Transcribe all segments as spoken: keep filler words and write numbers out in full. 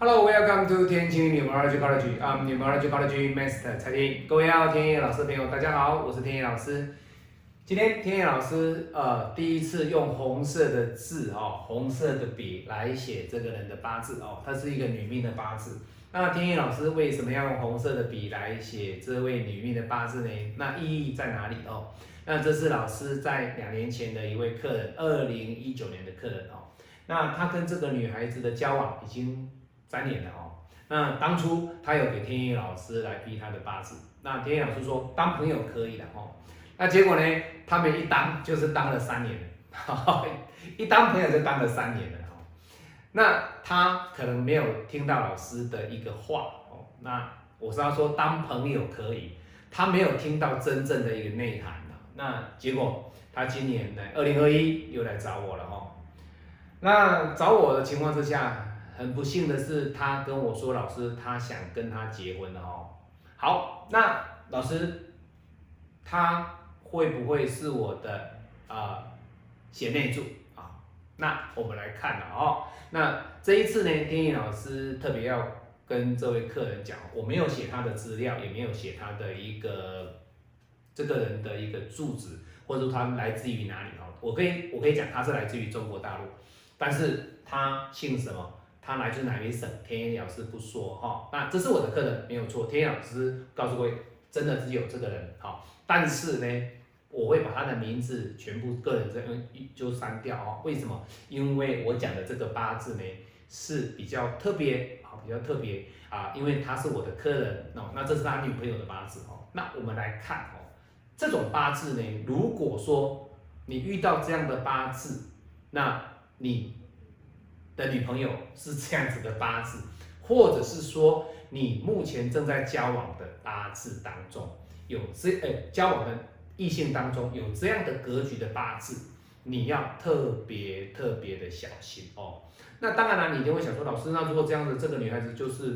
Hello, welcome to 天晴 Numerology College. I'm Numerology College Master 蔡天。各位要天野老师的朋友，大家好，我是天野老师。今天天野老师呃第一次用红色的字哦，红色的笔来写这个人的八字哦，它是一个女命的八字。那天野老师为什么要用红色的笔来写这位女命的八字呢？那意义在哪里哦？那这是老师在两年前的一位客人，二零一九年的客人哦。那他跟这个女孩子的交往已经三年了哦。那当初他有给天野老师来批他的八字，那天野老师说当朋友可以的哦。那结果呢，他们一当就是当了三年了，一当朋友就当了三年了哦。那他可能没有听到老师的一个话哦。那我是要说当朋友可以，他没有听到真正的一个内涵了。那结果他今年呢，二零二一又来找我了哦。那找我的情况之下，很不幸的是，他跟我说，老师他想跟他结婚了哦。好，那老师他会不会是我的呃贤内助啊？那我们来看了哦。那这一次呢，天野老师特别要跟这位客人讲，我没有写他的资料，也没有写他的一个这个人的一个住址，或者说他来自于哪里哦。我可以我可以讲他是来自于中国大陆。但是他姓什么？他来自哪一省？天野老师不说哈、哦。那这是我的客人，没有错。天野老师告诉各位，真的只有这个人好、哦。但是呢，我会把他的名字全部个人这样就删掉哦。为什么？因为我讲的这个八字呢是比较特别，好，比较特别啊，因为他是我的客人哦。那这是他女朋友的八字哦。那我们来看哦，这种八字呢，如果说你遇到这样的八字，那你的女朋友是这样子的八字，或者是说你目前正在交往的八字当中有这呃交往的异性当中有这样的格局的八字，你要特别特别的小心哦。那当然了，你一定会想说，老师，那如果这样子，这个女孩子就是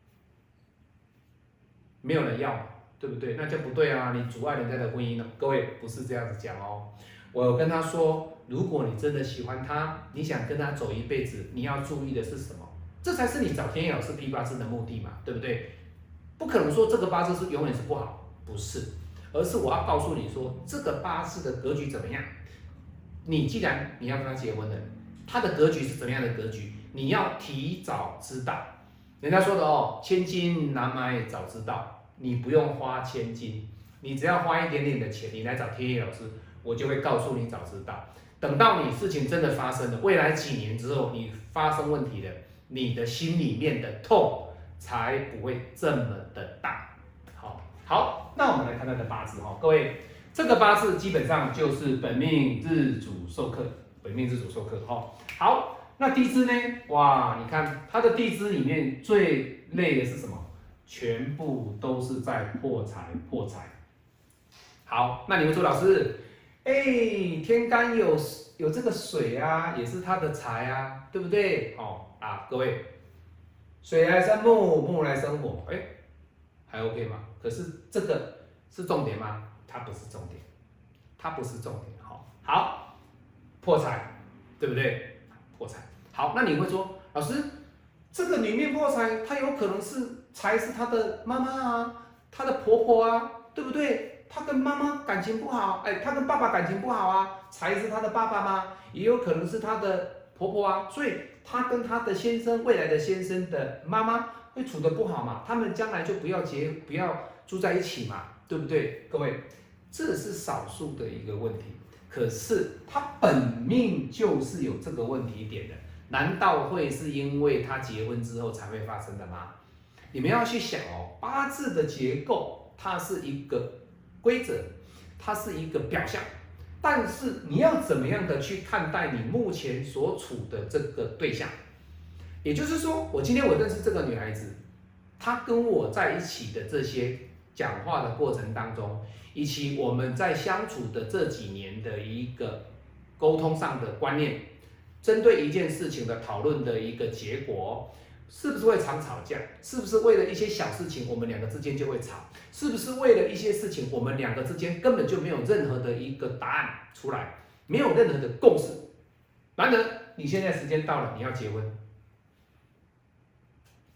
没有人要，对不对？那就不对啊，你阻碍人家的婚姻了。各位不是这样子讲哦。我有跟他说，如果你真的喜欢他，你想跟他走一辈子，你要注意的是什么？这才是你找天野老师批八字的目的嘛，对不对？不可能说这个八字是永远是不好，不是，而是我要告诉你说，这个八字的格局怎么样？你既然你要跟他结婚了，他的格局是怎么样的格局？你要提早知道。人家说的哦，千金难买早知道，你不用花千金，你只要花一点点的钱，你来找天野老师。我就会告诉你早知道，等到你事情真的发生了，未来几年之后你发生问题了，你的心里面的痛才不会这么的大。好，好，那我们来看他的八字哈，各位，这个八字基本上就是本命日主受克，本命日主受克哈。好，那地支呢？哇，你看他的地支里面最累的是什么？全部都是在破财破财。好，那你们说老师？哎，天干有有这个水啊，也是他的财啊，对不对？哦啊，各位，水来生木，木来生火，哎，还 OK 吗？可是这个是重点吗？它不是重点，它不是重点。好，好，破财，对不对？破财。好，那你会说，老师，这个里面破财，它有可能是财是他的妈妈啊，他的婆婆啊，对不对？他跟妈妈感情不好，哎，他跟爸爸感情不好啊，才是他的爸爸吗？也有可能是他的婆婆啊，所以他跟他的先生，未来的先生的妈妈会处得不好嘛，他们将来就不要结，不要住在一起嘛，对不对？各位，这是少数的一个问题，可是他本命就是有这个问题点的，难道会是因为他结婚之后才会发生的吗？你们要去想哦，八字的结构它是一个规则，它是一个表象，但是你要怎么样的去看待你目前所处的这个对象？也就是说，我今天我认识这个女孩子，她跟我在一起的这些讲话的过程当中，以及我们在相处的这几年的一个沟通上的观念，针对一件事情的讨论的一个结果。是不是会常吵架？是不是为了一些小事情，我们两个之间就会吵？是不是为了一些事情，我们两个之间根本就没有任何的一个答案出来，没有任何的共识？然而，你现在时间到了，你要结婚，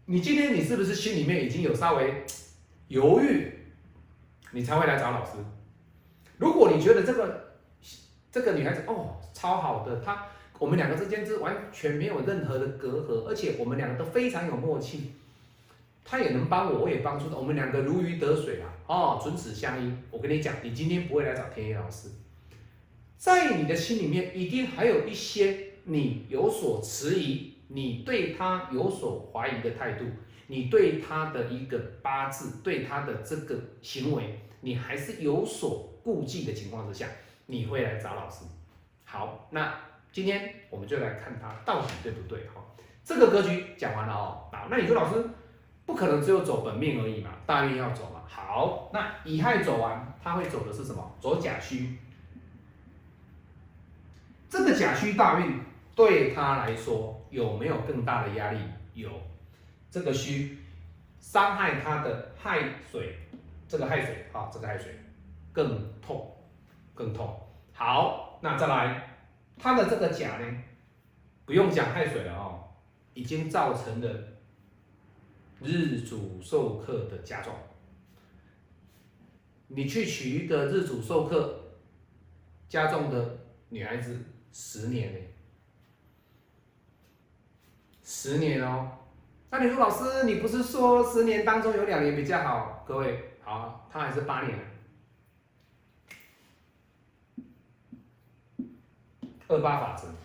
你今天你是不是心里面已经有稍微犹豫，你才会来找老师？如果你觉得这个这个女孩子哦超好的，她我们两个之间是完全没有任何的隔阂，而且我们两个都非常有默契，她也能帮我，我也帮助她，我们两个如鱼得水啊，哦，唇齿相依。我跟你讲，你今天不会来找天野老师，在你的心里面一定还有一些你有所迟疑，你对他有所怀疑的态度，你对他的一个八字，对他的这个行为，你还是有所顾忌的情况之下，你会来找老师。好，那今天我们就来看他到底对不对哈。这个格局讲完了哦，好，那你说老师不可能只有走本命而已嘛，大运要走嘛。好，那乙亥走完，他会走的是什么？走甲戌。这个甲戌大运对他来说有没有更大的压力？有，这个戌伤害他的亥水，这个亥水啊，这个亥水更痛，更痛。好，那再来，他的这个甲呢，不用讲亥水了哦，已经造成了日主受克的加重。你去娶一个日主受克加重的女孩子，十年呢，十年哦。那你说老师，你不是说十年当中有两年比较好？各位，好，他还是八年，二八法则。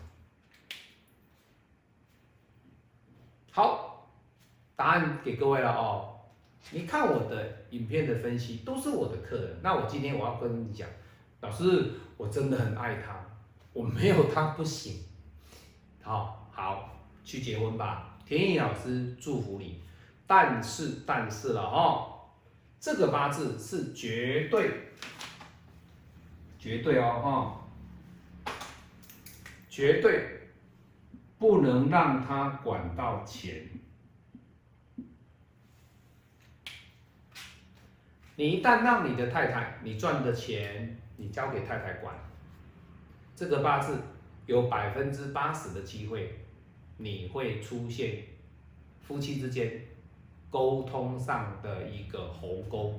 好，答案给各位了哦。你看我的影片的分析，都是我的客人。那我今天我要跟你讲，老师，我真的很爱他，我没有他不行。好，好，去结婚吧，田野老师祝福你。但是，但是了哦，这个八字是绝对，绝对哦，哈，绝对不能让他管到钱。你一旦让你的太太，你赚的钱，你交给太太管，这个八字有百分之八十的机会，你会出现夫妻之间沟通上的一个鸿沟。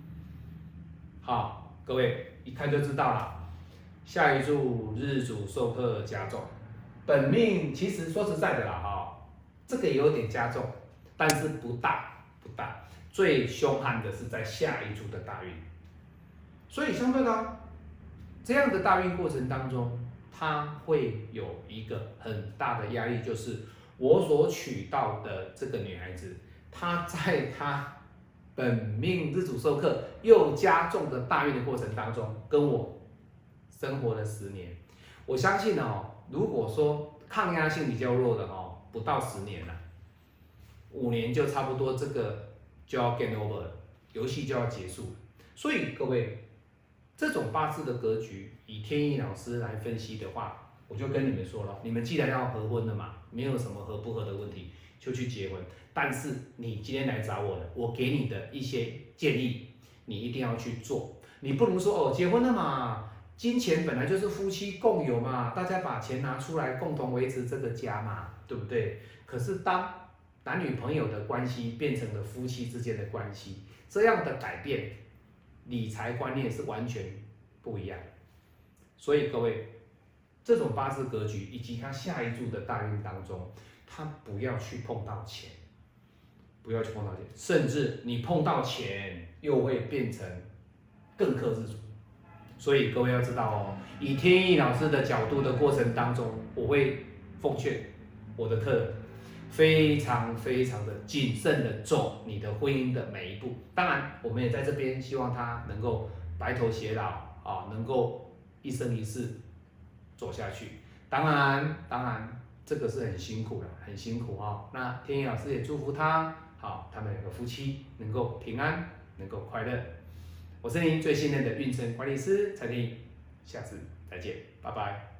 好，各位一看就知道了。下一柱日主受克加重，本命其实说实在的啦，哈，这个也有点加重，但是不大不大。最凶悍的是在下一柱的大运，所以相对的，这样的大运过程当中，它会有一个很大的压力，就是我所娶到的这个女孩子，她在她本命日主受克又加重的大运的过程当中，跟我生活了十年，我相信哦，如果说抗压性比较弱的哦，不到十年了，五年就差不多这个。就要 game over 了，游戏就要结束了。所以各位，这种八字的格局，以天意老师来分析的话，我就跟你们说了，你们既然要合婚了嘛，没有什么合不合的问题，就去结婚。但是你今天来找我了，我给你的一些建议，你一定要去做。你不能说哦，结婚了嘛，金钱本来就是夫妻共有嘛，大家把钱拿出来共同维持这个家嘛，对不对？可是当男女朋友的关系变成了夫妻之间的关系，这样的改变，理财观念是完全不一样。所以各位，这种八字格局以及他下一柱的大运当中，他不要去碰到钱，不要去碰到钱，甚至你碰到钱又会变成更克制主。所以各位要知道哦，以天意老师的角度的过程当中，我会奉劝我的客人。非常非常的谨慎的走你的婚姻的每一步，当然我们也在这边希望他能够白头偕老啊，能够一生一世走下去。当然，当然这个是很辛苦的，很辛苦啊。那天意老师也祝福他，好，他们两个夫妻能够平安，能够快乐。我是您最信任的运程管理师蔡天意，下次再见，拜拜。